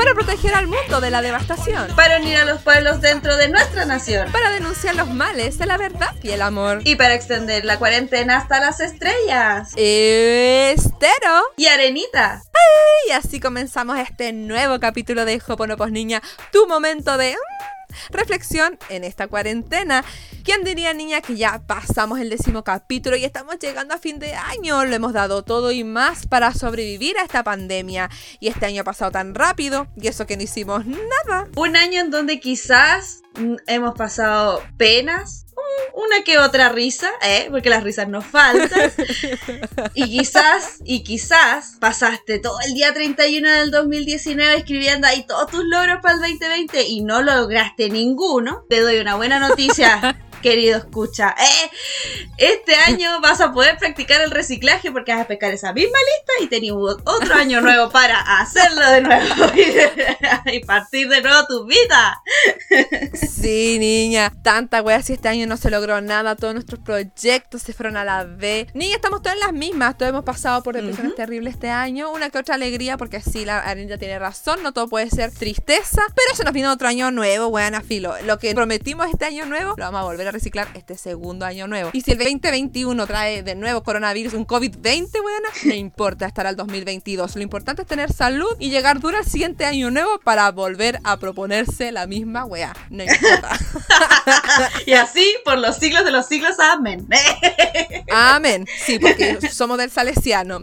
para proteger al mundo de la devastación, para unir a los pueblos dentro de nuestra nación, para denunciar los males de la verdad y el amor, y para extender la cuarentena hasta las estrellas. Estero y Arenita. Y así comenzamos este nuevo capítulo de Hoponopos Niña, tu momento de reflexión en esta cuarentena. ¿Quién diría, niña, que ya pasamos el 10º capítulo y estamos llegando a fin de año? Lo hemos dado todo y más para sobrevivir a esta pandemia. Y este año ha pasado tan rápido, y eso que no hicimos nada. Un año en donde quizás hemos pasado penas, una que otra risa, porque las risas nos faltan. Y quizás pasaste todo el día 31 del 2019 escribiendo ahí todos tus logros para el 2020 y no lograste ninguno. Te doy una buena noticia, querido escucha. Este año vas a poder practicar el reciclaje porque vas a pescar esa misma lista y tenemos otro año nuevo para hacerlo de nuevo y partir de nuevo tu vida. Sí, niña, tanta wea, si este año no se logró nada, todos nuestros proyectos se fueron a la B. Niña, estamos todas en las mismas, todos hemos pasado por depresiones terribles este año, una que otra alegría, porque sí, la Arenita tiene razón, no todo puede ser tristeza, pero se nos viene otro año nuevo, weana, filo. Lo que prometimos este año nuevo, lo vamos a volver a reciclar este segundo año nuevo. Y si el 2021 trae de nuevo coronavirus, un COVID-20, weana, no importa, estará el 2022. Lo importante es tener salud y llegar duro al siguiente año nuevo para volver a proponerse la misma wea. No importa. Y así por los siglos de los siglos, amén. Amén. Sí, porque somos del Salesiano.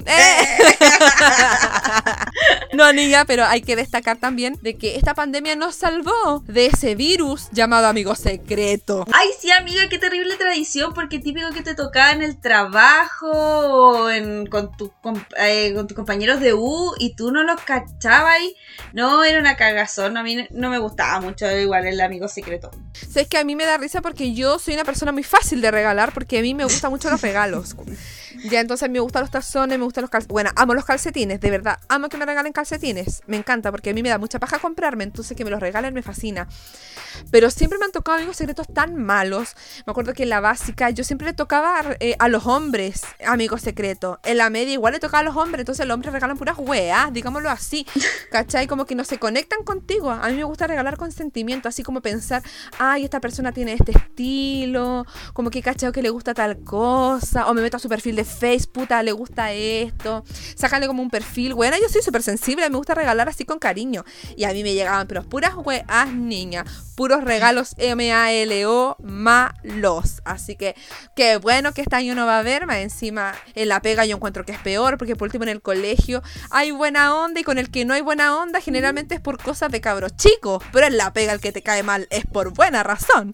No, niña, pero hay que destacar también de que esta pandemia nos salvó de ese virus llamado amigo secreto. Ay, sí, amiga, qué terrible tradición, porque típico que te tocaba en el trabajo o con tus compañeros de U y tú no los cachabas y no, era una cagazón. A mí no me gustaba mucho igual el amigo secreto. Sabes que a mí me da risa porque yo soy una persona muy fácil de regalar, porque a mí me gustan mucho los regalos. Ya, entonces me gustan los tazones, me gustan los calcetines. Bueno, amo los calcetines, de verdad. Amo que me regalen calcetines. Me encanta porque a mí me da mucha paja comprarme, entonces que me los regalen me fascina. Pero siempre me han tocado amigos secretos tan malos. Me acuerdo que en la básica yo siempre le tocaba a los hombres amigos secretos. En la media igual le tocaba a los hombres, entonces los hombres regalan puras weas, digámoslo así. ¿Cachai? Como que no se conectan contigo. A mí me gusta regalar con sentimiento, así como pensar, ay, esta persona tiene este estilo, como que cachao que le gusta tal cosa, o me meto a su perfil de Facebook, puta, le gusta esto, sácale como un perfil. Bueno, yo soy súper sensible, me gusta regalar así con cariño. Y a mí me llegaban, pero puras weas, niña, puros regalos MALO malos. Así que qué bueno que este año no va a haber. Más encima en la pega yo encuentro que es peor, porque por último en el colegio hay buena onda y con el que no hay buena onda generalmente es por cosas de cabros chicos, pero en la pega el que te cae mal es por buena razón.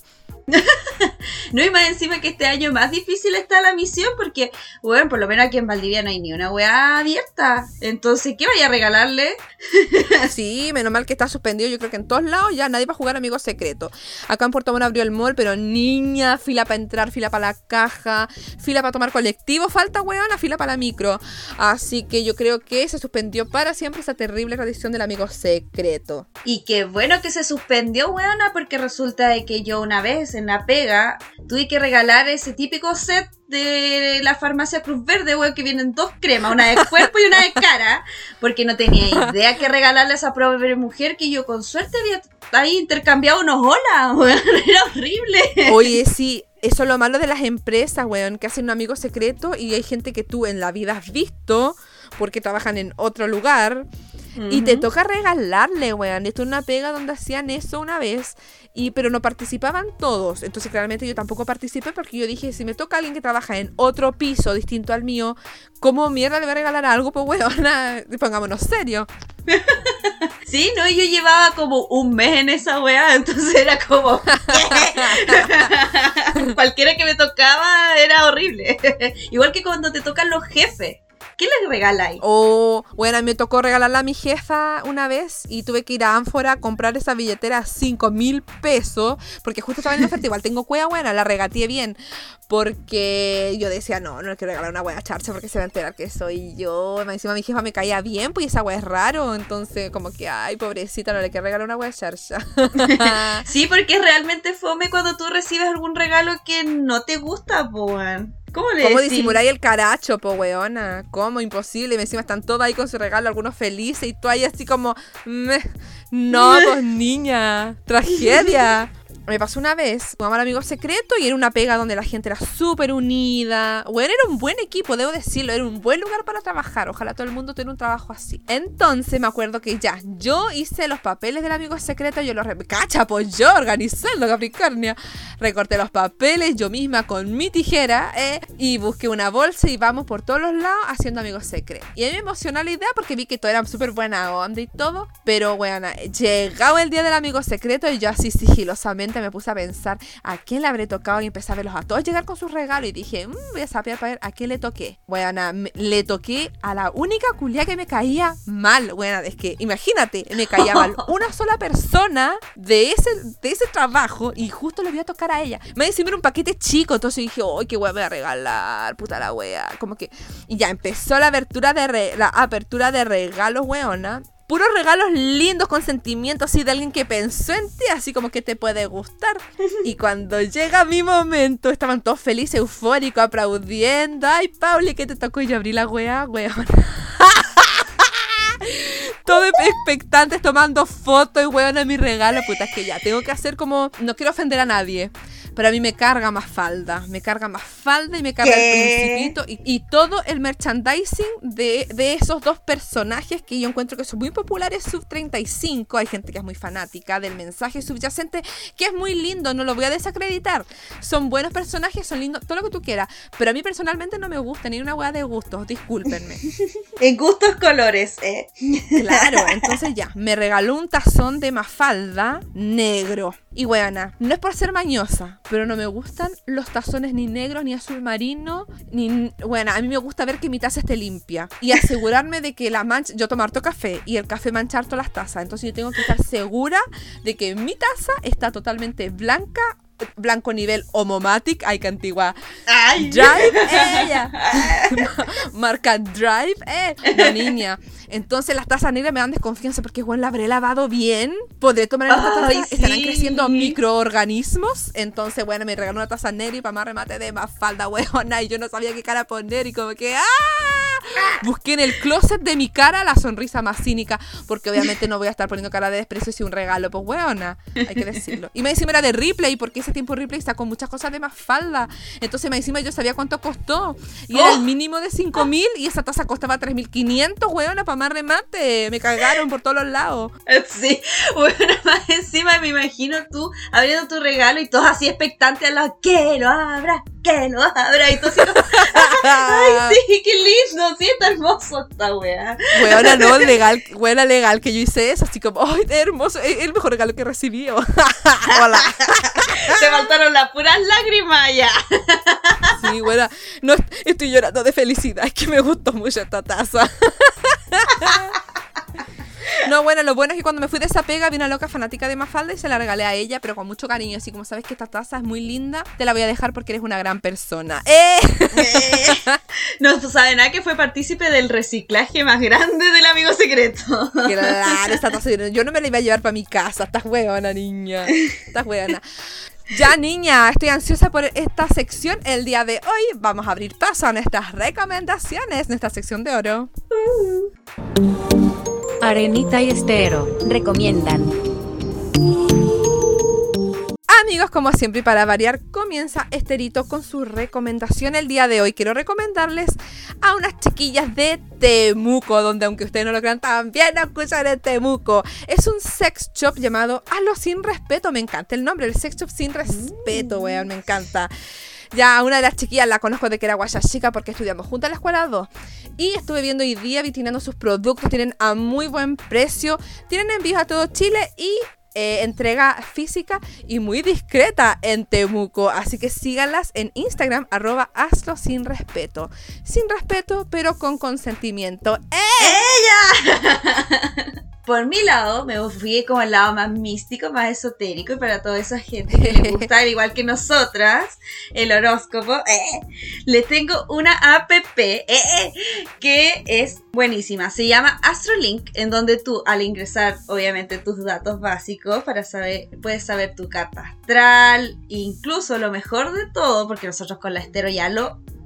No, y más encima que este año más difícil está la misión porque, bueno, por lo menos aquí en Valdivia no hay ni una weá abierta. Entonces, ¿qué vaya a regalarle? Sí, menos mal que está suspendido. Yo creo que en todos lados ya nadie va a jugar amigos secretos. Acá en Puerto Montt abrió el mall, pero niña, fila para entrar, fila para la caja, fila para tomar colectivo, falta weona, fila para la micro. Así que yo creo que se suspendió para siempre esa terrible tradición del amigo secreto. Y qué bueno que se suspendió, weona, porque resulta de que yo una vez en la pega tuve que regalar ese típico set de la farmacia Cruz Verde, weón, que vienen 2 cremas, una de cuerpo y una de cara, porque no tenía idea que regalarle a esa pobre mujer que yo con suerte había ahí intercambiado unos hola, weón, era horrible. Oye, sí, eso es lo malo de las empresas, weón, que hacen un amigo secreto y hay gente que tú en la vida has visto porque trabajan en otro lugar. Y te toca regalarle, weón. Esto es una pega donde hacían eso una vez, pero no participaban todos. Entonces claramente yo tampoco participé porque yo dije, si me toca a alguien que trabaja en otro piso distinto al mío, ¿cómo mierda le voy a regalar algo? Pues weón, pongámonos serio. Sí, no, yo llevaba como un mes en esa weá, entonces era como cualquiera que me tocaba era horrible. Igual que cuando te tocan los jefes. ¿Qué les regaláis? Bueno, me tocó regalarla a mi jefa una vez y tuve que ir a Ánfora a comprar esa billetera a 5,000 pesos porque justo estaba en la oferta. Igual tengo cueva buena, la regateé bien porque yo decía, no le quiero regalar una wea charcha porque se va a enterar que soy yo. Encima mi jefa me caía bien, pues esa wea es raro, entonces como que, ay, pobrecita, no le quiero regalar una wea charcha. Sí, porque es realmente fome cuando tú recibes algún regalo que no te gusta, pues. ¿Cómo le ¿Cómo decís? disimuláis el caracho, po, weona? ¿Cómo? Imposible. Y encima están todos ahí con su regalo, algunos felices, y tú ahí así como... No, pues niña, tragedia. Me pasó una vez, jugamos al amigo secreto y era una pega donde la gente era súper unida. Bueno, era un buen equipo, debo decirlo, era un buen lugar para trabajar. Ojalá todo el mundo tuviera un trabajo así. Entonces me acuerdo que ya, yo hice los papeles del amigo secreto, yo los... ¡Cacha, pues yo organizando, Capricornio! Recorté los papeles yo misma con mi tijera y busqué una bolsa y vamos por todos los lados haciendo amigos secretos. Y a mí me emocionó la idea porque vi que todo era súper buena onda y todo. Pero bueno, llegaba el día del amigo secreto y yo así sigilosamente me puse a pensar a quién le habré tocado y empecé a verlos a todos llegar con sus regalos y dije, voy a saber para ver a quién le toqué. Bueno, le toqué a la única culia que me caía mal. Bueno, es que imagínate, me caía mal una sola persona de ese trabajo y justo le voy a tocar a ella. Me decían un paquete chico, entonces dije, ¡ay, qué wea me voy a regalar! Puta la wea. Como que... Y ya empezó la apertura de regalos, weona. Puros regalos lindos con sentimientos así de alguien que pensó en ti, así como que te puede gustar. Y cuando llega mi momento, estaban todos felices, eufóricos, aplaudiendo. ¡Ay, Pauli, que te tocó! Y yo abrí la weona. Todos expectantes tomando fotos y weona mi regalo. Puta, es que ya tengo que hacer como... No quiero ofender a nadie, pero a mí me carga Mafalda y me carga el Principito y todo el merchandising de esos dos personajes que yo encuentro que son muy populares sub 35. Hay gente que es muy fanática del mensaje subyacente, que es muy lindo, no lo voy a desacreditar. Son buenos personajes, son lindos, todo lo que tú quieras, pero a mí personalmente no me gusta ni una hueá de gustos, discúlpenme. En gustos colores, Claro, entonces ya, me regaló un tazón de Mafalda negro. Y buena, no es por ser mañosa, pero no me gustan los tazones ni negros, ni azul marino, ni... Bueno, a mí me gusta ver que mi taza esté limpia y asegurarme de que la mancha... Yo tomo harto café y el café mancha harto las tazas, entonces yo tengo que estar segura de que mi taza está totalmente blanca, blanco nivel Homomatic. Ay, qué antigua. ¡Ay! Drive, ella. Marca Drive, no, niña. Entonces las tazas negras me dan desconfianza porque, bueno, la habré lavado bien. Podré tomar esta taza. Ay, Estarán sí. creciendo microorganismos. Entonces, bueno, me regaló una taza negra y para más remate de Mafalda, weona. Y yo no sabía qué cara poner y como que busqué en el closet de mi cara la sonrisa más cínica, porque obviamente no voy a estar poniendo cara de desprecio si un regalo, pues weona, hay que decirlo. Y me encima era de Ripley, porque ese tiempo Ripley sacó muchas cosas de Mafalda. Entonces me encima yo sabía cuánto costó y era el mínimo de 5.000 y esa taza costaba 3.500, weona, para más remate. Me cagaron por todos los lados. Sí, bueno, más encima me imagino tú abriendo tu regalo y todos así expectantes a los que lo abra, y tú así como, ay, sí, qué lindo, sí, está hermoso esta weá. Weona, no, legal que yo hice eso, así como, ay, hermoso, es el mejor regalo que recibí. Hola. Te faltaron las puras lágrimas ya. Sí, buena, no, estoy llorando de felicidad, es que me gustó mucho esta taza. No, bueno, lo bueno es que cuando me fui de esa pega vi una loca fanática de Mafalda y se la regalé a ella, pero con mucho cariño, así como sabes que esta taza es muy linda, te la voy a dejar porque eres una gran persona. No sabe nada que fue partícipe del reciclaje más grande del amigo secreto. Claro, esta taza yo no me la iba a llevar para mi casa. Estás hueona, niña. Estás hueona. Ya, niña, estoy ansiosa por esta sección. El día de hoy vamos a abrir taza a nuestras recomendaciones, nuestra sección de oro. Arenita y Estero recomiendan. Amigos, como siempre y para variar, comienza Esterito con su recomendación el día de hoy. Quiero recomendarles a unas chiquillas de Temuco, donde aunque ustedes no lo crean, también escuchan en Temuco. Es un sex shop llamado Hazlo Sin Respeto. Me encanta el nombre, el sex shop Sin Respeto, weón, me encanta. Ya una de las chiquillas la conozco de que era guayachica porque estudiamos juntas en la escuela 2. Y estuve viendo hoy día, vitinando sus productos. Tienen a muy buen precio. Tienen envíos a todo Chile y entrega física y muy discreta en Temuco. Así que síganlas en Instagram, @hazlo sin respeto. Sin respeto, pero con consentimiento. ¡Ella! Por mi lado, me fui como el lado más místico, más esotérico, y para toda esa gente que le gusta, al igual que nosotras, el horóscopo, les tengo una app que es buenísima. Se llama Astrolink, en donde tú, al ingresar, obviamente, tus datos básicos para saber, puedes saber tu carta astral, incluso lo mejor de todo, porque nosotros con la Estero ya lo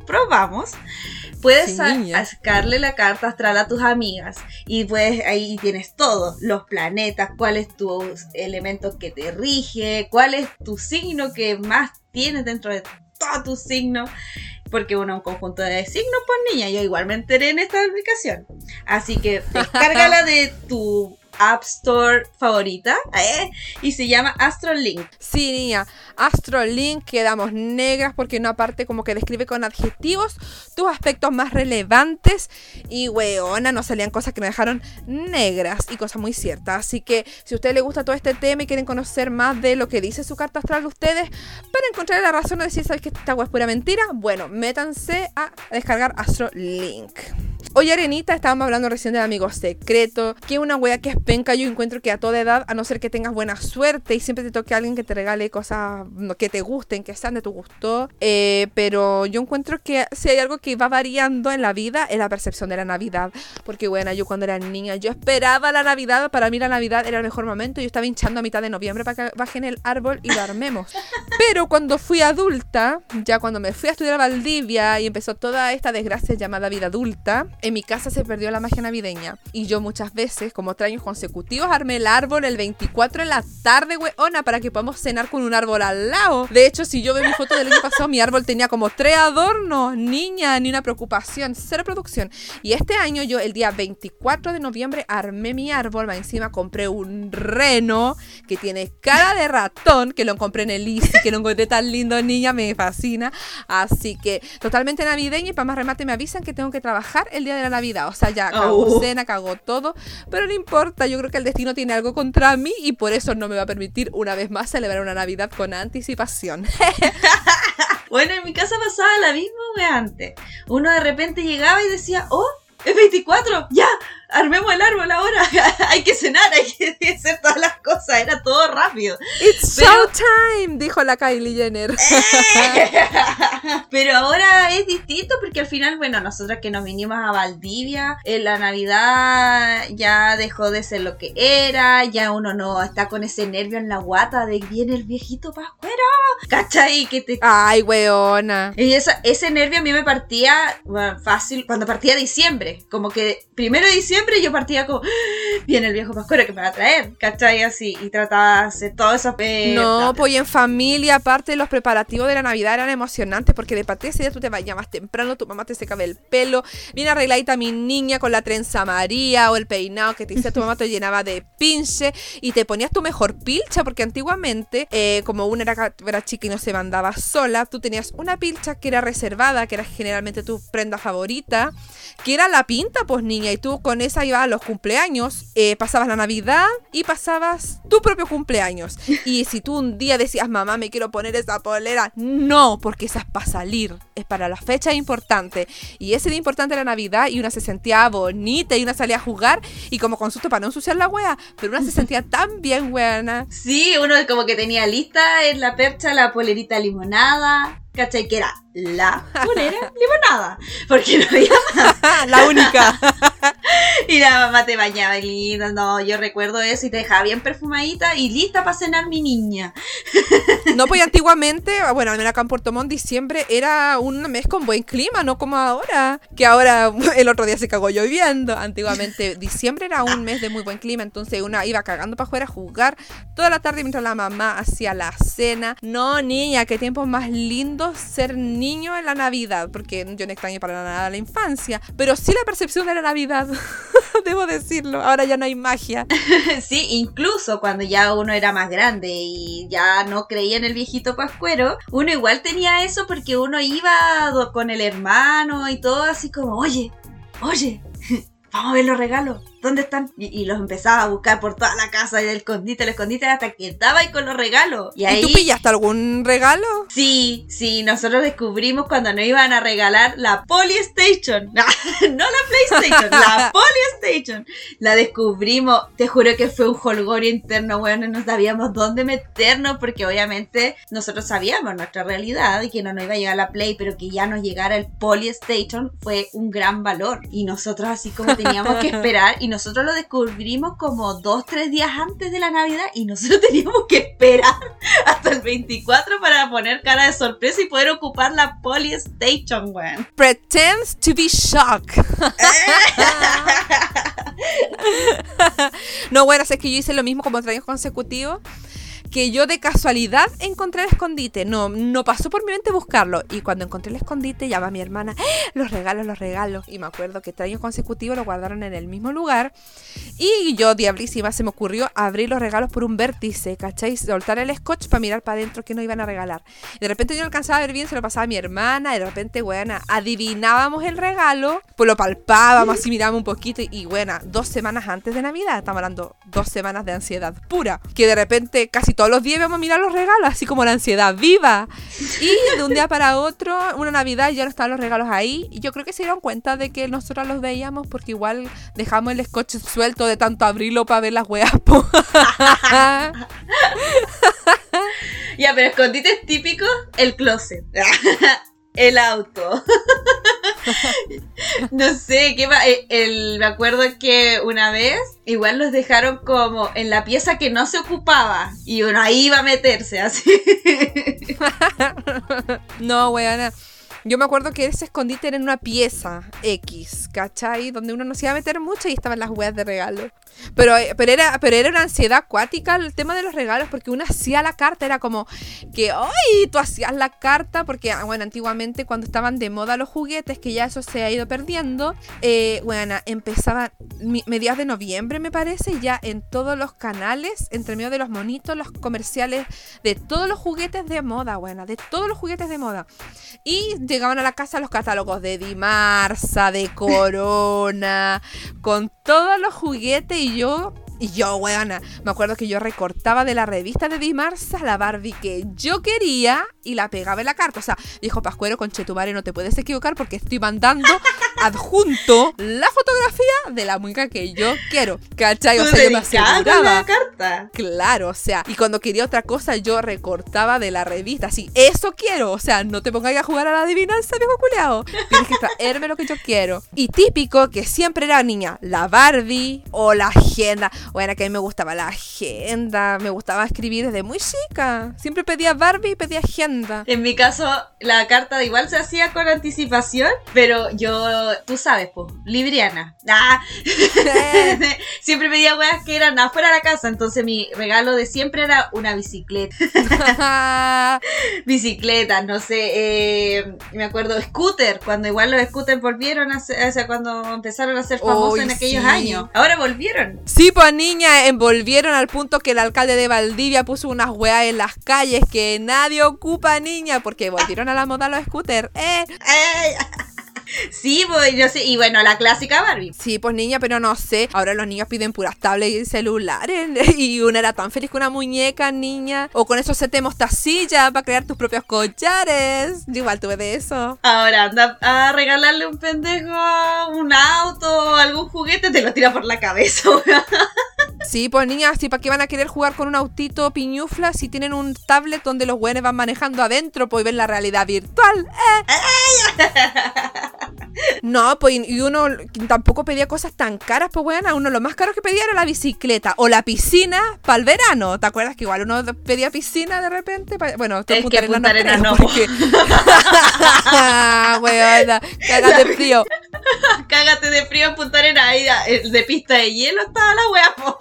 comprobamos, puedes Sí, niña. sacarle la carta astral a tus amigas y pues ahí tienes todo, los planetas, cuál es tu elemento que te rige, cuál es tu signo que más tienes dentro de todo tu signo, porque uno es un conjunto de signos, pues niña, yo igual me enteré en esta aplicación, así que descárgala de tu App Store favorita, y se llama Astrolink. Sí, niña, Astrolink, quedamos negras porque no, aparte como que describe con adjetivos tus aspectos más relevantes y weona, nos salían cosas que nos dejaron negras y cosas muy ciertas. Así que si a ustedes les gusta todo este tema y quieren conocer más de lo que dice su carta astral de ustedes, para encontrar la razón de decir, ¿sabes que esta wea es pura mentira? Bueno, métanse a descargar Astrolink. Oye, Arenita, estábamos hablando recién del amigo secreto, que es una wea que es penca. Yo encuentro que a toda edad, a no ser que tengas buena suerte y siempre te toque a alguien que te regale cosas que te gusten, que sean de tu gusto, pero yo encuentro que si hay algo que va variando en la vida es la percepción de la Navidad, porque bueno, yo cuando era niña yo esperaba la Navidad, para mí la Navidad era el mejor momento, yo estaba hinchando a mitad de noviembre para que bajen el árbol y lo armemos, pero cuando fui adulta, ya cuando me fui a estudiar a Valdivia y empezó toda esta desgracia llamada vida adulta, en mi casa se perdió la magia navideña y yo muchas veces, como 3 años consecutivos, armé el árbol el 24 en la tarde, weona, para que podamos cenar con un árbol al lado. De hecho, si yo veo mi foto del año pasado, mi árbol tenía como 3 adornos, niña, ni una preocupación, cero producción. Y este año yo el día 24 de noviembre armé mi árbol, más encima compré un reno que tiene cara de ratón, que lo compré en el Easy, que lo encontré tan lindo, niña, me fascina. Así que totalmente navideño y para más remate me avisan que tengo que trabajar el día de la Navidad. O sea, ya cagó cena, cagó todo, pero no importa, yo creo que el destino tiene algo contra mí y por eso no me va a permitir una vez más celebrar una Navidad con anticipación. Bueno, en mi casa pasaba la misma wea antes. Uno de repente llegaba y decía, oh, es 24, ya, armemos el árbol ahora, hay que cenar, hay que hacer todas las cosas, era todo rápido. It's showtime, dijo la Kylie Jenner. Pero ahora es distinto porque al final, bueno, nosotras que nos vinimos a Valdivia, la Navidad ya dejó de ser lo que era, ya uno no está con ese nervio en la guata de viene el viejito pascuero, ¿cachai? Que te... Ay, weona. Y ese nervio a mí me partía fácil cuando partía diciembre, como que primero de diciembre yo partía como, viene el viejo pascuero que me va a traer, ¿cachai? Así, y trataba de hacer todo eso. No, pues en familia, aparte los preparativos de la Navidad eran emocionantes porque de partida ese día tú te bañabas temprano, tu mamá te secaba el pelo, bien arregladita mi niña con la trenza María o el peinado que te hacía tu mamá, te llenaba de pinche y te ponías tu mejor pilcha, porque antiguamente, como una era chica y no se mandaba sola, tú tenías una pilcha que era reservada, que era generalmente tu prenda favorita, que era la pinta, pues niña, y tú con esa ibas a los cumpleaños, pasabas la Navidad y pasabas tu propio cumpleaños. Y si tú un día decías, mamá, me quiero poner esa polera, no, porque esa es para salir, es para la fecha importante. Y ese día importante era Navidad y una se sentía bonita y una salía a jugar y como con susto para no ensuciar la wea, pero una se sentía tan bien, weana. Sí, uno como que tenía lista en la percha la polerita limonada, ¿cachai? Que era la polera limonada, porque no había más. La única. Y la mamá te bañaba y linda, no, yo recuerdo eso y te dejaba bien perfumadita y lista para cenar mi niña. No, pues antiguamente, bueno, al menos acá en Puerto Montt, diciembre era un mes con buen clima, no como ahora, que ahora el otro día se cagó lloviendo. Antiguamente diciembre era un mes de muy buen clima, entonces una iba cagando para afuera a jugar toda la tarde mientras la mamá hacía la cena. No, niña, qué tiempos más lindos ser niño en la Navidad, porque yo no extraño para nada la infancia, pero sí la percepción de la Navidad, debo decirlo, ahora ya no hay magia. Sí, incluso cuando ya uno era más grande y ya no creía en el viejito pascuero, uno igual tenía eso porque uno iba con el hermano y todo así como, oye, vamos a ver los regalos, ¿dónde están? Y los empezaba a buscar por toda la casa, el escondite, hasta que estaba ahí con los regalos. ¿Y tú pillaste algún regalo? Sí, nosotros descubrimos cuando nos iban a regalar la Polystation. No la PlayStation, la Polystation. La descubrimos, te juro que fue un jolgorio interno, bueno, no sabíamos dónde meternos porque obviamente nosotros sabíamos nuestra realidad y que no nos iba a llegar la Play, pero que ya nos llegara el Polystation fue un gran valor. Y nosotros así como teníamos que esperar y nosotros lo descubrimos como 2-3 días antes de la Navidad y nosotros teníamos que esperar hasta el 24 para poner cara de sorpresa y poder ocupar la Polystation, weón. Pretends to be shocked. No, bueno, es que yo hice lo mismo como 3 años consecutivos. Que yo de casualidad encontré el escondite. No pasó por mi mente buscarlo. Y cuando encontré el escondite, llamé a mi hermana. ¡Ah! Los regalos. Y me acuerdo que 3 años consecutivos lo guardaron en el mismo lugar. Y yo, diablísima, se me ocurrió abrir los regalos por un vértice, ¿cachai? Soltar el scotch para mirar para adentro qué nos iban a regalar. Y de repente yo no alcanzaba a ver bien, se lo pasaba a mi hermana. Y de repente, buena, adivinábamos el regalo. Pues lo palpábamos, así mirábamos un poquito. Y buena, 2 semanas antes de Navidad. Estamos hablando 2 semanas de ansiedad pura. Que de repente casi todos los días íbamos a mirar los regalos, así como la ansiedad viva. Y de un día para otro, una Navidad, ya no estaban los regalos ahí. Y yo creo que se dieron cuenta de que nosotros los veíamos porque igual dejamos el scotch suelto de tanto abrirlo para ver las weas. Ya, pero escondites típicos, el closet. El auto. No sé, ¿qué va? Me acuerdo que una vez igual los dejaron como en la pieza que no se ocupaba y uno ahí iba a meterse así. No, weona. Yo me acuerdo que ese escondite era en una pieza X, ¿cachai? Donde uno no se iba a meter mucho y estaban las weas de regalo. Pero era una ansiedad acuática el tema de los regalos, porque uno hacía la carta, era como que, ¡ay! Tú hacías la carta, porque, bueno, antiguamente cuando estaban de moda los juguetes, que ya eso se ha ido perdiendo, bueno, empezaban mediados de noviembre, me parece, ya en todos los canales, entre medio de los monitos, los comerciales de todos los juguetes de moda, bueno, de todos los juguetes de moda. Y llegaban a la casa los catálogos de Dimarsa, de Corona, con todos los juguetes. Y yo, weona, me acuerdo que yo recortaba de la revista de Dimarsa la Barbie que yo quería y la pegaba en la carta. O sea, dijo Pascuero, conchetumare, no te puedes equivocar porque estoy mandando adjunto la fotografía de la muñeca que yo quiero, ¿cachai? O sea, yo me aseguraba la carta. Claro, o sea, y cuando quería otra cosa yo recortaba de la revista, así, eso quiero, o sea, no te pongas a jugar a la adivinanza, viejo culeado, tienes que traerme lo que yo quiero. Y típico que siempre era niña, la Barbie o la agenda. Bueno, que a mí me gustaba la agenda, me gustaba escribir desde muy chica, siempre pedía Barbie y pedía agenda. En mi caso, la carta igual se hacía con anticipación, pero yo, tú sabes, pues, libriana. Siempre pedía weas que eran afuera de la casa, entonces mi regalo de siempre era una bicicleta. Bicicleta, no sé, me acuerdo, scooter, cuando igual los scooters volvieron o sea, cuando empezaron a ser famosos en aquellos años. Ahora volvieron. Sí, pues niña, envolvieron al punto que el alcalde de Valdivia puso unas weas en las calles que nadie ocupa, niña, porque volvieron a la moda los scooters. Sí, pues, no sé, y bueno, la clásica Barbie. Sí, pues niña, pero no sé, ahora los niños piden puras tablets y celulares, y una era tan feliz con una muñeca, niña, o con esos set de mostacilla para crear tus propios collares. Yo igual tuve de eso. Ahora anda a regalarle un pendejo un auto o algún juguete, te lo tira por la cabeza. Sí, pues niña, sí, ¿para qué van a querer jugar con un autito piñufla si tienen un tablet donde los güeyes van manejando adentro, pues ven la realidad virtual? No, pues y uno tampoco pedía cosas tan caras, pues bueno, uno lo más caro que pedía era la bicicleta o la piscina para el verano. ¿Te acuerdas que igual uno pedía piscina de repente? Bueno, es que Punta Arenas no. Porque... Weona, cágate de frío. Cágate de frío en Punta Arenas. Ahí de pista de hielo estaba la wea, po.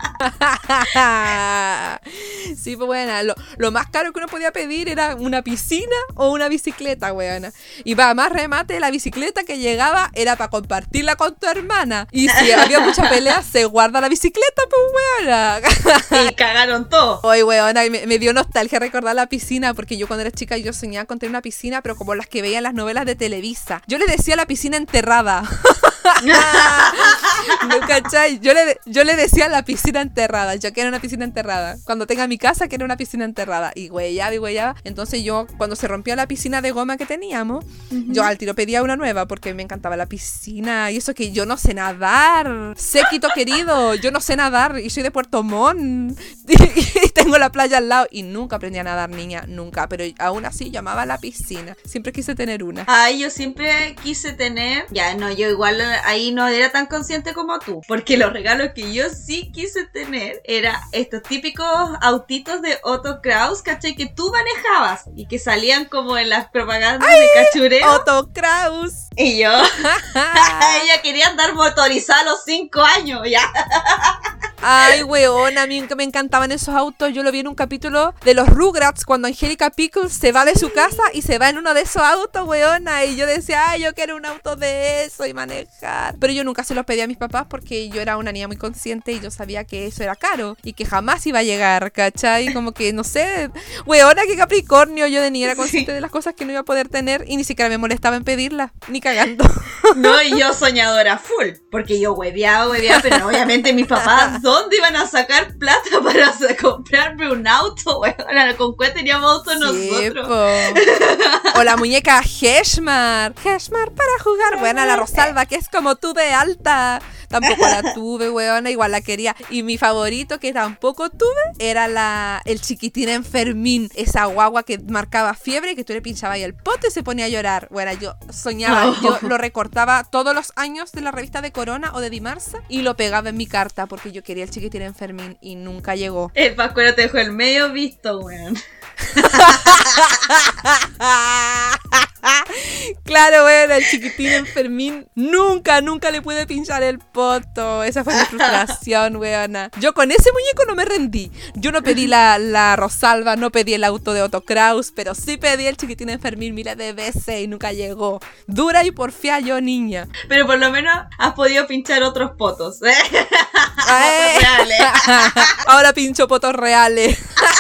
Sí, pues bueno, lo más caro que uno podía pedir era una piscina o una bicicleta, weona. Y para más remate, la bicicleta que llegaba era para compartirla con tu hermana. Y si había mucha pelea, se guarda la bicicleta, pues weona. Y cagaron todo. Oye, weona, me dio nostalgia recordar la piscina, porque yo cuando era chica yo soñaba con tener una piscina, pero como las que veía en las novelas de Televisa. Yo le decía la piscina enterrada. ¿No cachai? Yo le decía la piscina enterrada. Yo quiero una piscina enterrada. Cuando tenga mi casa quiero una piscina enterrada. Y güeyaba. Entonces yo, cuando se rompió la piscina de goma que teníamos, yo al tiro pedía una nueva porque me encantaba la piscina. Y eso que yo no sé nadar. Séquito querido, yo no sé nadar y soy de Puerto Montt. Y tengo la playa al lado. Y nunca aprendí a nadar, niña, nunca. Pero aún así yo amaba la piscina. Siempre quise tener una. Ay, yo siempre quise tener. Ya, no, yo igual ahí no era tan consciente como tú. Porque los regalos que yo sí quise tener era estos típicos autitos de Otto Kraus, ¿cachai? Que tú manejabas y que salían como en las propagandas de cachureo. Otto Kraus. Y yo, ella quería andar motorizada a los 5 años, ya. Ay, weona, a mí me encantaban esos autos. Yo lo vi en un capítulo de los Rugrats cuando Angelica Pickles se va de su casa y se va en uno de esos autos, weona. Y yo decía, ay, yo quiero un auto de eso y manejar. Pero yo nunca se los pedí a mis papás porque yo era una niña muy consciente y yo sabía que eso era caro y que jamás iba a llegar, ¿cachai? Como que, no sé, weona, qué Capricornio. Yo de niña era consciente de las cosas que no iba a poder tener y ni siquiera me molestaba en pedirlas, ni cagando. No, y yo soñadora full, porque yo hueveaba, pero obviamente mis papás, ¿dónde iban a sacar plata para comprarme un auto? Bueno, ¿con cuál teníamos auto nosotros? O la muñeca Heshmar para jugar. Buena, la Rosalba, que es como tú de alta. Tampoco la tuve, weona, igual la quería. Y mi favorito, que tampoco tuve, era el chiquitín Enfermín. Esa guagua que marcaba fiebre, que tú le pinchabas ahí el pote y se ponía a llorar. Bueno, yo soñaba, yo lo recortaba todos los años de la revista de Corona o de Dimarsa y lo pegaba en mi carta porque yo quería el chiquitín Enfermín y nunca llegó. El Pascuero te dejó el medio visto, weón. Claro, bueno, el chiquitín Enfermín nunca le pude pinchar el poto. Esa fue mi frustración, weona. Yo con ese muñeco no me rendí. Yo no pedí la Rosalba, no pedí el auto de Otto Kraus, pero sí pedí el chiquitín Enfermín miles de veces y nunca llegó. Dura y porfía yo, niña. Pero por lo menos has podido pinchar otros potos, ¿eh? Ahora pincho potos reales.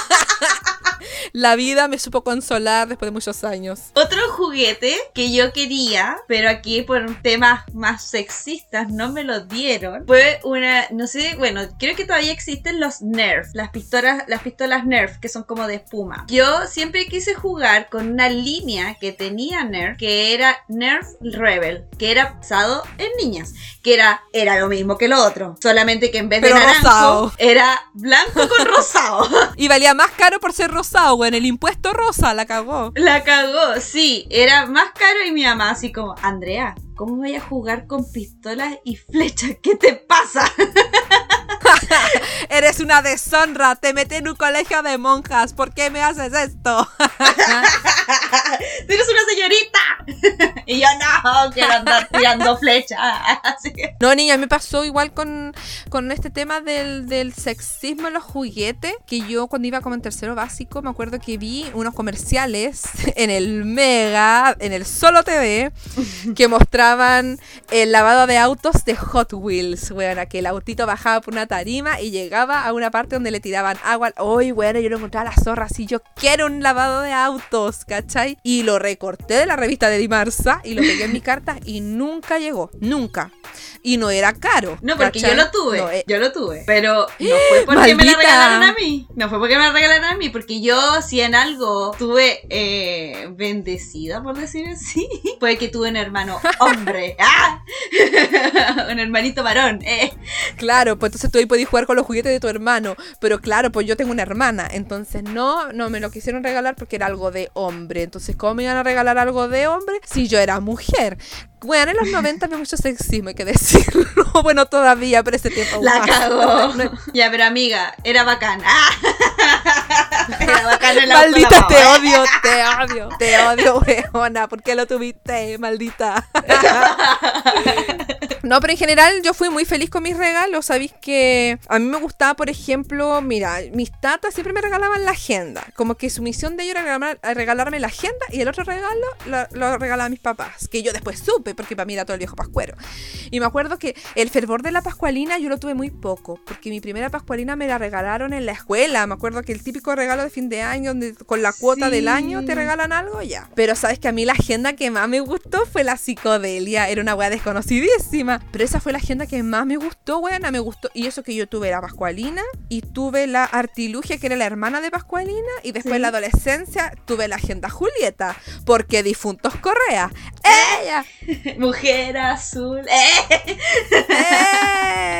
La vida me supo consolar después de muchos años. Otro juguete que yo quería, pero aquí por temas más sexistas no me lo dieron, fue una, no sé, bueno, creo que todavía existen los Nerf, las pistolas Nerf, que son como de espuma. Yo siempre quise jugar con una línea que tenía Nerf, que era Nerf Rebel, que era basado en niñas, que era lo mismo que lo otro, solamente que en vez de naranjo, rosado. Era blanco con rosado. Y valía más caro por ser rosado, güey. En el impuesto rosa la cagó. La cagó, sí. Era más caro y mi mamá así como, Andrea, ¿cómo voy a jugar con pistolas y flechas? ¿Qué te pasa? Eres una deshonra, te metí en un colegio de monjas, ¿por qué me haces esto? ¡Eres una señorita! Y yo no, quiero andar tirando flechas. No, niña, me pasó igual con este tema del sexismo en los juguetes, que yo cuando iba como en tercero básico, me acuerdo que vi unos comerciales en el Mega, en el Solo TV, que mostraban el lavado de autos de Hot Wheels, bueno, que el autito bajaba por una tarima y llegaba a una parte donde le tiraban agua. Uy, bueno, yo lo encontraba a la zorra así, yo quiero un lavado de autos, ¿cachai? Y lo recorté de la revista de Dimarsa y lo pegué en mi carta y nunca llegó, nunca. Y no era caro. No, porque ¿cachai? Yo lo tuve, pero no fue porque ¡Maldita! me la regalaron a mí. No fue porque me la regalaron a mí, porque yo si en algo tuve bendecida, por decir así, fue que tuve un hermano hombre. ¡Ah! Un hermanito varón. Claro, pues entonces tú ahí podías jugar con los juguetes de tu hermano. Pero claro, pues yo tengo una hermana. Entonces no me lo quisieron regalar porque era algo de hombre. Entonces, ¿cómo me iban a regalar algo de hombre si yo era mujer? Bueno, en los 90 había mucho sexismo, hay que decirlo. Bueno, todavía, pero ese tiempo la cagó. Ya, pero amiga, era bacán. Era bacán el auto. Maldita, te odio, weona. ¿Por qué lo tuviste, maldita? No, pero en general yo fui muy feliz con mis regalos. Sabéis que a mí me gustaba, por ejemplo, mira, mis tatas siempre me regalaban la agenda. Como que su misión de ellos era regalarme la agenda y el otro regalo lo regalaba a mis papás. Que yo después supe, porque para mí era todo el viejo pascuero. Y me acuerdo que el fervor de la pascualina yo lo tuve muy poco, porque mi primera pascualina me la regalaron en la escuela. Me acuerdo que el típico regalo de fin de año, donde con la cuota del año te regalan algo, ya. Pero sabes que a mí la agenda que más me gustó fue la psicodelia. Era una wea desconocidísima. Pero esa fue la agenda que más me gustó, weona, me gustó. Y eso que yo tuve la Pascualina y tuve la Artilugia, que era la hermana de Pascualina, y después en la adolescencia tuve la agenda Julieta, porque difuntos Correa. ¡Ella! Mujer azul.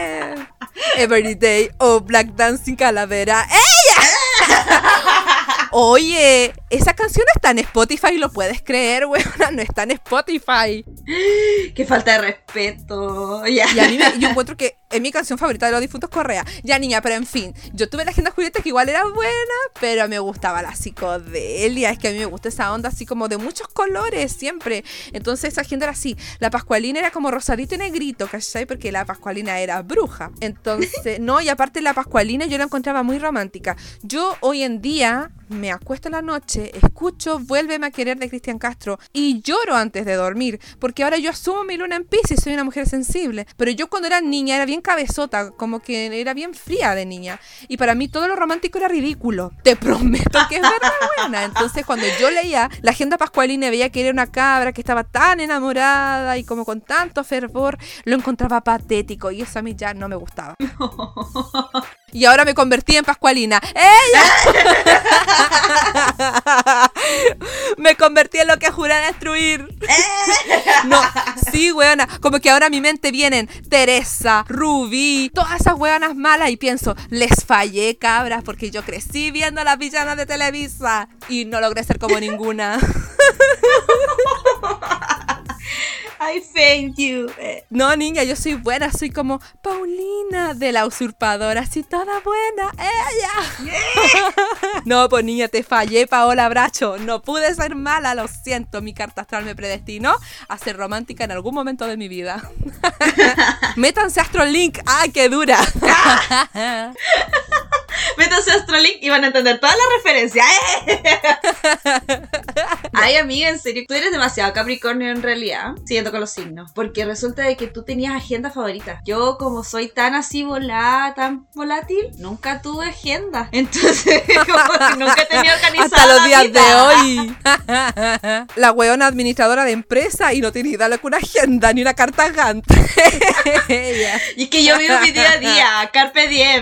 Every Day o Black Dancing Calavera. ¡Ella! Oye, esa canción está en Spotify, ¿lo puedes creer, weona? No está en Spotify. Qué falta de respeto. Ya. Y a mí yo encuentro que es mi canción favorita de Los Difuntos Correa. Ya, niña, pero en fin, yo tuve la Agenda Julieta que igual era buena, pero me gustaba la psicodelia. Es que a mí me gusta esa onda así como de muchos colores siempre. Entonces esa agenda era así. La Pascualina era como rosadito y negrito, ¿cachai? Porque la Pascualina era bruja. Entonces, no, y aparte la Pascualina yo la encontraba muy romántica. Yo hoy en día me acuesto en la noche, escucho Vuélveme a querer de Cristian Castro y lloro antes de dormir, porque ahora yo asumo mi luna en Piscis, soy una mujer sensible, pero yo cuando era niña era bien cabezota, como que era bien fría de niña, y para mí todo lo romántico era ridículo, te prometo que es verdad, buena. Entonces cuando yo leía la Agenda Pascualina y veía que era una cabra que estaba tan enamorada y como con tanto fervor, lo encontraba patético y eso a mí ya no me gustaba. Y ahora me convertí en Pascualina. ¡Ella! Me convertí en lo que juré destruir. No, sí, weona. Como que ahora a mi mente vienen Teresa, Rubí, todas esas weonas malas y pienso, les fallé, cabras, porque yo crecí viendo a las villanas de Televisa y no logré ser como ninguna. I faint you. No, niña, yo soy buena, soy como Paulina de La Usurpadora, así toda buena, ella. No, pues niña, te fallé, Paola Bracho, no pude ser mala, lo siento, mi carta astral me predestinó a ser romántica en algún momento de mi vida. Métanse a Astrolink, ¡ah, qué dura! Métanse a Astrolink y van a entender toda la referencia. Ay, amiga, en serio, tú eres demasiado Capricornio en realidad, siguiendo con los signos, porque resulta de que tú tenías agenda favorita. Yo, como soy tan así volada, tan volátil, nunca tuve agenda. Entonces, como que nunca he tenido organizada hasta los días vida. de hoy. La weona administradora de empresa y no tiene ni idea con una agenda ni una carta Gantt. Y es que yo vivo mi día a día, carpe diem.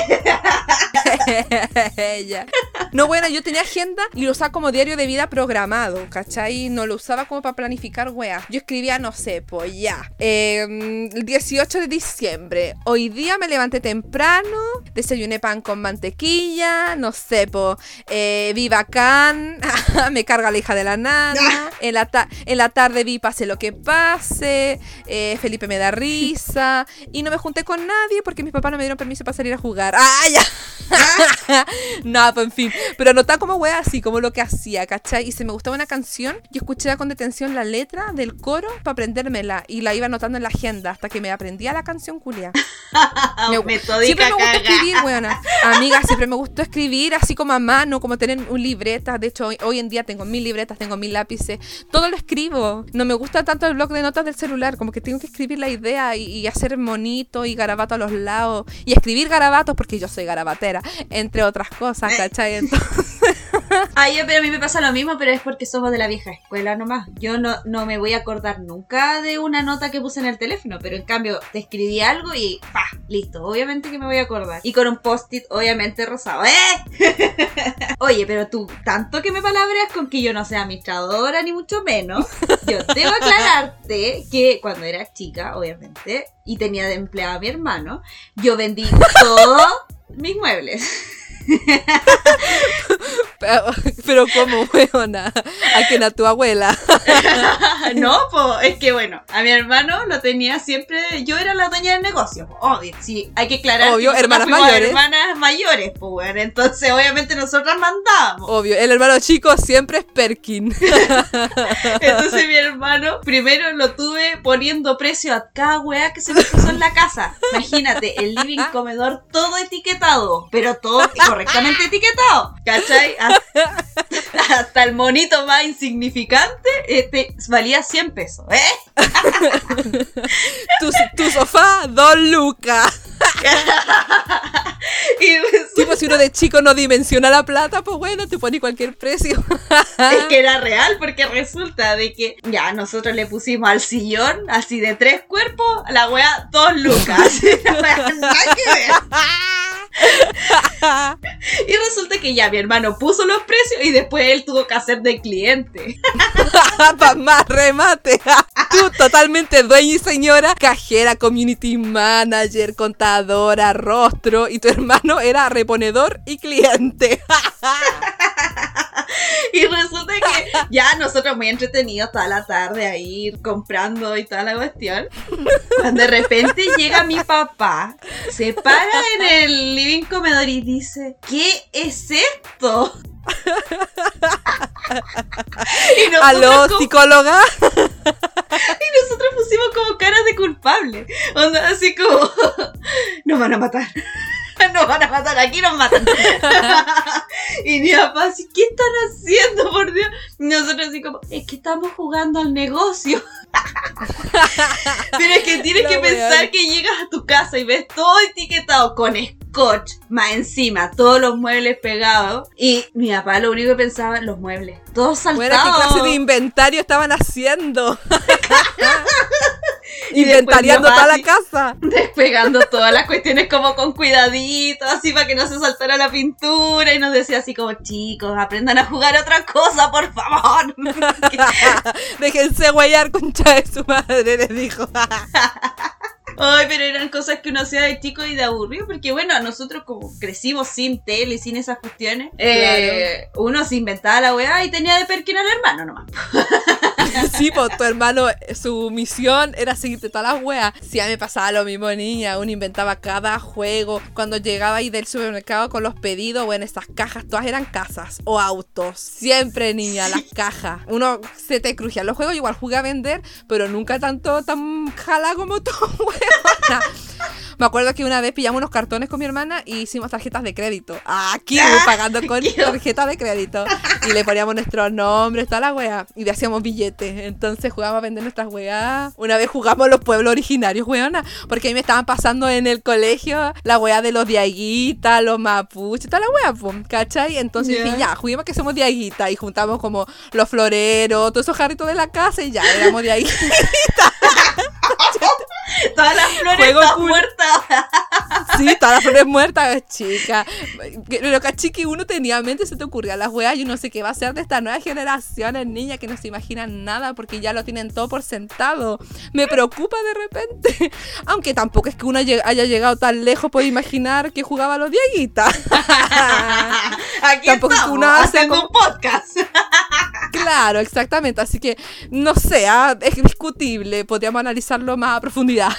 Ella. No, bueno, yo tenía agenda y lo usaba como diario de vida programado, ¿cachai? No lo usaba como para planificar weas. Yo escribía, no sé, pues ya, el 18 de diciembre, hoy día me levanté temprano, desayuné pan con mantequilla, no sé, pues, vi bacán, me carga la hija de la nana, en la tarde vi Pase lo que pase, Felipe me da risa, y no me junté con nadie porque mis papás no me dieron permiso para salir a jugar. ¡Ah, ya! No, pues en fin, pero anotaba como wea así, como lo que hacía, ¿cachai? Y si me gustaba una canción, yo escuchaba con detención la letra del coro para aprendérmela y la iba anotando en la agenda hasta que me aprendía la canción, culia. Siempre me gustó escribir, weona. Amiga, siempre me gustó escribir así como a mano, como tener un libreta. De hecho, hoy en día tengo 1000 libretas, tengo 1000 lápices. Todo lo escribo. No me gusta tanto el bloc de notas del celular, como que tengo que escribir la idea y hacer monito y garabato a los lados. Y escribir garabatos porque yo soy garabatera, entre otras cosas, ¿cachai? Entonces... Ay, pero a mí me pasa lo mismo, pero es porque somos de la vieja escuela nomás. Yo no me voy a acordar nunca de una nota que puse en el teléfono, pero en cambio te escribí algo y ¡pah! Listo, obviamente que me voy a acordar. Y con un post-it obviamente rosado. Oye, pero tú tanto que me palabreas con que yo no sea administradora ni mucho menos. Yo debo aclararte que cuando era chica, obviamente, y tenía de empleado a mi hermano, yo vendí todos mis muebles. Pero ¿cómo, weona? ¿A quién? ¿A tu abuela? No, pues es que bueno, a mi hermano lo tenía siempre. Yo era la dueña del negocio, obvio. Sí, hay que aclarar. Obvio, que hermanas mayores. Hermanas mayores, pues bueno. Entonces, obviamente, nosotras mandábamos. Obvio, el hermano chico siempre es Perkin. Entonces, mi hermano primero lo tuve poniendo precio a cada weá que se me puso en la casa. Imagínate, el living, comedor, todo etiquetado, pero todo correctamente etiquetado, ¿cachai? Hasta el monito más insignificante valía 100 pesos, Tu sofá, 2 lucas. Y pues si uno de chico no dimensiona la plata, pues bueno, te pone cualquier precio. Es que era real, porque resulta de que ya nosotros le pusimos al sillón así de 3 cuerpos, la wea 2 lucas. Nada que ver. Y resulta que ya mi hermano puso los precios y después él tuvo que hacer de cliente. Para más remate. Tú totalmente dueña y señora, cajera, community manager, contadora, rostro, y tu hermano era reponedor y cliente. Y resulta que ya nosotros muy entretenidos toda la tarde ahí comprando y toda la cuestión. Cuando de repente llega mi papá, se para en el living comedor y dice, ¿qué es esto? Y ¿Aló, psicóloga? Y nosotros pusimos como caras de culpable. Onda así como, nos van a matar. Nos van a matar, aquí nos matan. Y mi papá así, ¿qué están haciendo, por Dios? Y nosotros así como, es que estamos jugando al negocio. Pero es que tienes que pensar que llegas a tu casa y ves todo etiquetado con scotch, más encima, todos los muebles pegados. Y mi papá lo único que pensaba, los muebles, todos saltados. Bueno, ¿qué clase de inventario estaban haciendo? Inventariando toda la casa. Despegando todas las cuestiones como con cuidadito, así para que no se saltara la pintura. Y nos decía así como, chicos, aprendan a jugar otra cosa, por favor. Déjense guayar, concha de su madre, les dijo. Ay, pero eran cosas que uno hacía de chico y de aburrido, porque bueno, nosotros como crecimos sin tele, sin esas cuestiones, claro. Uno se inventaba la weá y tenía de perkin al hermano nomás. Sí, pues tu hermano, su misión era seguirte todas las weas. Sí, a mí me pasaba lo mismo, niña. Uno inventaba cada juego. Cuando llegaba ahí del supermercado con los pedidos, bueno, esas cajas todas eran casas o autos. Siempre, niña, las cajas. Uno se te crujía los juegos, igual jugué a vender, pero nunca tan jala como tú, weona. Me acuerdo que una vez pillamos unos cartones con mi hermana y hicimos tarjetas de crédito. Aquí, pagando con tarjetas de crédito. Y le poníamos nuestros nombres, toda la wea. Y le hacíamos billetes. Entonces jugábamos a vender nuestras weas. Una vez jugamos los pueblos originarios, weona. Porque a mí me estaban pasando en el colegio la wea de los diaguitas, los mapuches, toda la wea, pum, ¿cachai? Entonces dije, ya, juguemos que somos diaguitas. Y juntamos como los floreros, todos esos jarritos de la casa y ya, éramos diaguitas. Todas las flores están muertas. Sí, todas las flores muertas, chica. Pero cachiqui, uno tenía mente, se te ocurría las weas. Yo no sé qué va a ser de estas nuevas generaciones, niñas, que no se imaginan nada porque ya lo tienen todo por sentado. Me preocupa de repente. Aunque tampoco es que uno haya llegado tan lejos por imaginar que jugaba a los diaguitas. Aquí tampoco estamos, es que uno haciendo un podcast. Claro, exactamente. Así que, no sé, es discutible. Podríamos analizarlo más a profundidad.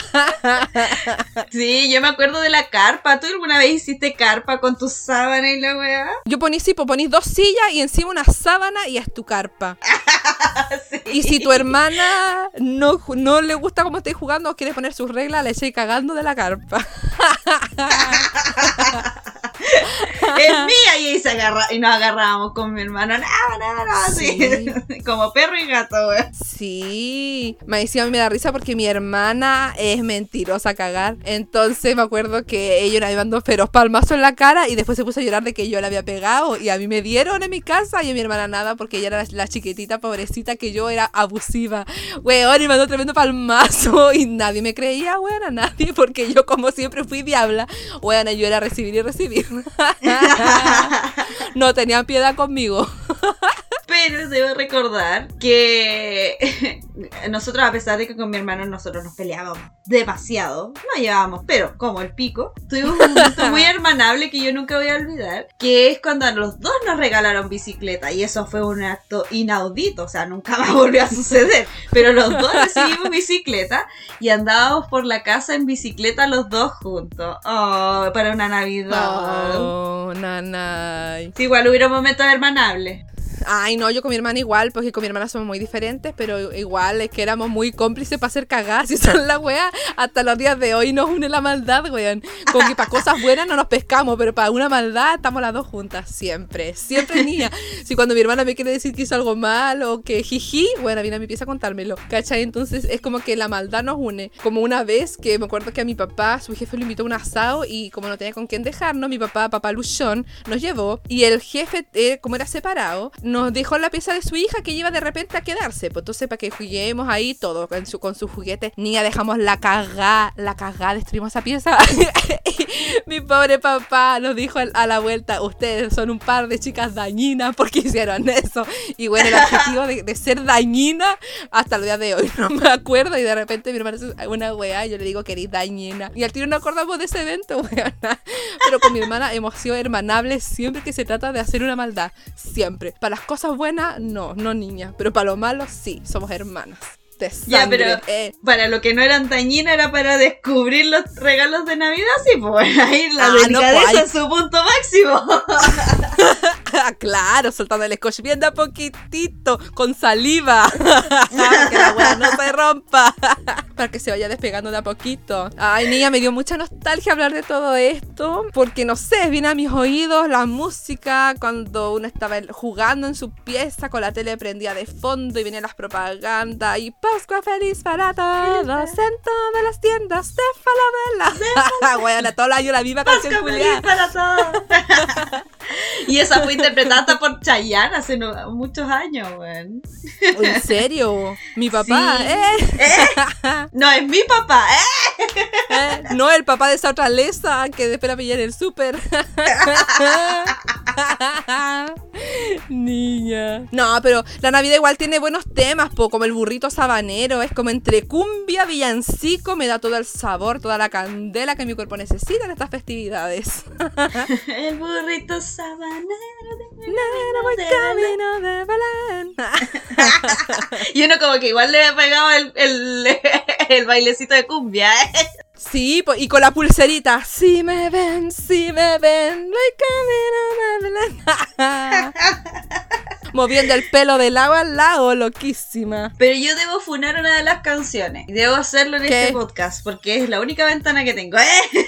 Sí, yo me acuerdo de la carpa. ¿Tú alguna vez hiciste carpa con tu sábana y la weá? Yo ponís 2 sillas y encima una sábana y es tu carpa. Sí. Y si tu hermana no le gusta cómo estáis jugando o quiere poner sus reglas, le echáis cagando de la carpa. Es mía, y ahí y nos agarrábamos con mi hermano. No, así. Sí. Como perro y gato, güey. Sí. Me decía, a mí me da risa porque mi hermana es mentirosa a cagar. Entonces me acuerdo que ella me mandó feroz palmazo en la cara y después se puso a llorar de que yo la había pegado. Y a mí me dieron en mi casa y a mi hermana nada porque ella era la chiquitita pobrecita que yo era abusiva. Weón, y me mandó tremendo palmazo y nadie me creía, weón, a nadie, porque yo como siempre fui diabla. Weón, yo era recibir y recibir. No tenían piedad conmigo. Pero debo recordar que nosotros, a pesar de que con mi hermano nosotros nos peleábamos demasiado, no llevábamos, pero como el pico, tuvimos un momento muy hermanable que yo nunca voy a olvidar, que es cuando a los dos nos regalaron bicicleta, y eso fue un acto inaudito, o sea, nunca más volvió a suceder, pero los dos recibimos bicicleta y andábamos por la casa en bicicleta los dos juntos. Oh, para una Navidad. Oh, nanay. Sí, igual hubiera momentos hermanables. Ay, no, yo con mi hermana igual, porque con mi hermana somos muy diferentes, pero igual es que éramos muy cómplices para hacer cagadas y son la wea. Hasta los días de hoy nos une la maldad, weón. Con que para cosas buenas no nos pescamos, pero para una maldad estamos las dos juntas, siempre, niña. Si cuando mi hermana me quiere decir que hizo algo mal o que jiji, bueno, viene a mi pieza a contármelo, ¿cachai? Entonces es como que la maldad nos une. Como una vez que me acuerdo que a mi papá, su jefe lo invitó a un asado y como no tenía con quién dejarnos, mi papá Luchón, nos llevó y el jefe, como era separado, nos dejó en la pieza de su hija que iba de repente a quedarse. Pues entonces para que juguemos ahí todo con sus juguetes. Niña, dejamos la cagada, destruimos esa pieza. Y mi pobre papá nos dijo a la vuelta, ustedes son un par de chicas dañinas porque hicieron eso. Y bueno, el objetivo de ser dañina hasta el día de hoy no me acuerdo. Y de repente mi hermana hace una weá y yo le digo que eres dañina. Y al tiro no acordamos de ese evento, weona. Pero con mi hermana hemos sido hermanables siempre que se trata de hacer una maldad. Siempre. Para las cosas buenas, no niña. Pero para lo malo, sí, somos hermanas. De sangre. Ya, pero para lo que no eran dañinas era para descubrir los regalos de Navidad, sí, pues ahí la delicadeza en su punto máximo. Claro, soltando el scotch bien de a poquitito, con saliva, para que la hueá no se rompa, para que se vaya despegando de a poquito. Ay, niña, me dio mucha nostalgia hablar de todo esto, porque no sé, viene a mis oídos la música cuando uno estaba jugando en su pieza con la tele prendida de fondo y venían las propagandas y Pascua feliz para todos en todas las tiendas de Falabella. Bueno, todo el año la misma canción feliz para todos. Y esa fue interpretada hasta por Chayanne hace muchos años, weón. ¿En serio? ¿Mi papá? Sí. No, es mi papá, No, el papá de esa otra lesa que después la pillé en el súper. Niña. No, pero la Navidad igual tiene buenos temas, como el burrito sabanero. Es como entre cumbia, villancico, me da todo el sabor, toda la candela que mi cuerpo necesita en estas festividades. El burrito sabanero voy camino de Belén. Y uno como que igual le pegaba el bailecito de cumbia, Sí, y con la pulserita. Si me ven, voy camino de Belén. Moviendo el pelo de lado a lado, loquísima. Pero yo debo funar una de las canciones. Y debo hacerlo en este podcast, porque es la única ventana que tengo,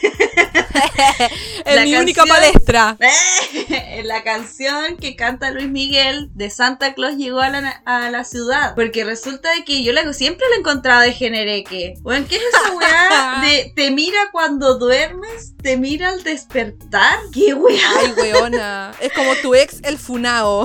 Es mi única palestra. La canción que canta Luis Miguel de Santa Claus llegó a la ciudad. Porque resulta de que yo siempre la he encontrado de genereque. Bueno, ¿qué es esa weá de te mira cuando duermes, te mira al despertar? ¿Qué weá? Ay, weona. Es como tu ex, el funao.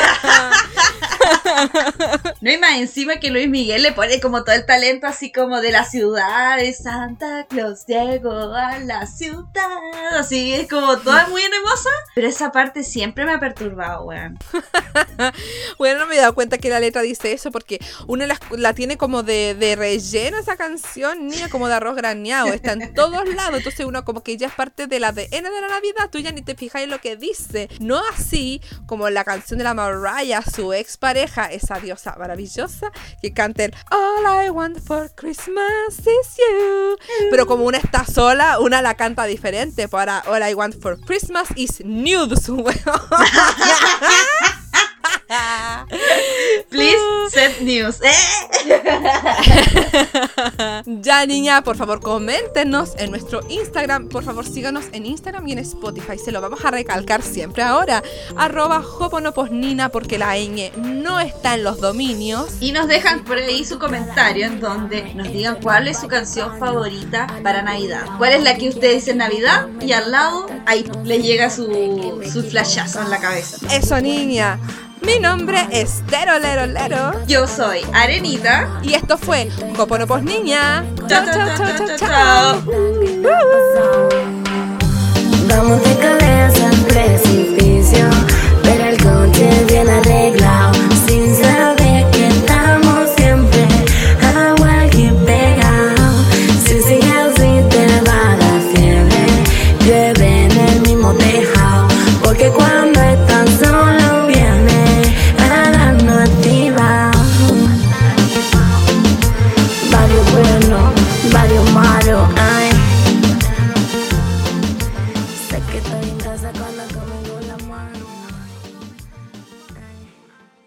No, y más encima que Luis Miguel le pone como todo el talento así como de la ciudad, de Santa Claus llegó a la ciudad, así es como toda muy hermosa, pero esa parte siempre me ha perturbado, weón. Bueno, no me he dado cuenta que la letra dice eso porque uno la tiene como de relleno esa canción, niña, como de arroz graneado, está en todos lados, entonces uno como que ya es parte del ADN de la Navidad, tú ya ni te fijas en lo que dice, no así como la canción de la Mariah, su ex pareja, esa diosa maravillosa que canta el All I Want for Christmas is You, pero como una está sola, una la canta diferente. Para All I Want for Christmas is Nudes. Please send news. Ya, niña, por favor, coméntenos en nuestro Instagram. Por favor, síganos en Instagram y en Spotify. Se lo vamos a recalcar siempre ahora. @hoponoposnina, porque la ñ no está en los dominios. Y nos dejan por ahí su comentario en donde nos digan cuál es su canción favorita para Navidad. ¿Cuál es la que ustedes dicen Navidad? Y al lado, ahí les llega su flashazo en la cabeza. Eso, niña. Mi nombre es Tero Lero Lero. Yo soy Arenita. Y esto fue Hoponopos Niña. Chao, chao, chao, chao, chao. Vamos de cabeza al precipicio, pero el coche bien arreglado, sin saber que estamos siempre a cualquier pegado. Si sigues así te va a dar fiebre, llueve en el mismo tejado, porque cuando estás solo viene a darnos activado. Varios buenos, varios malos, ay.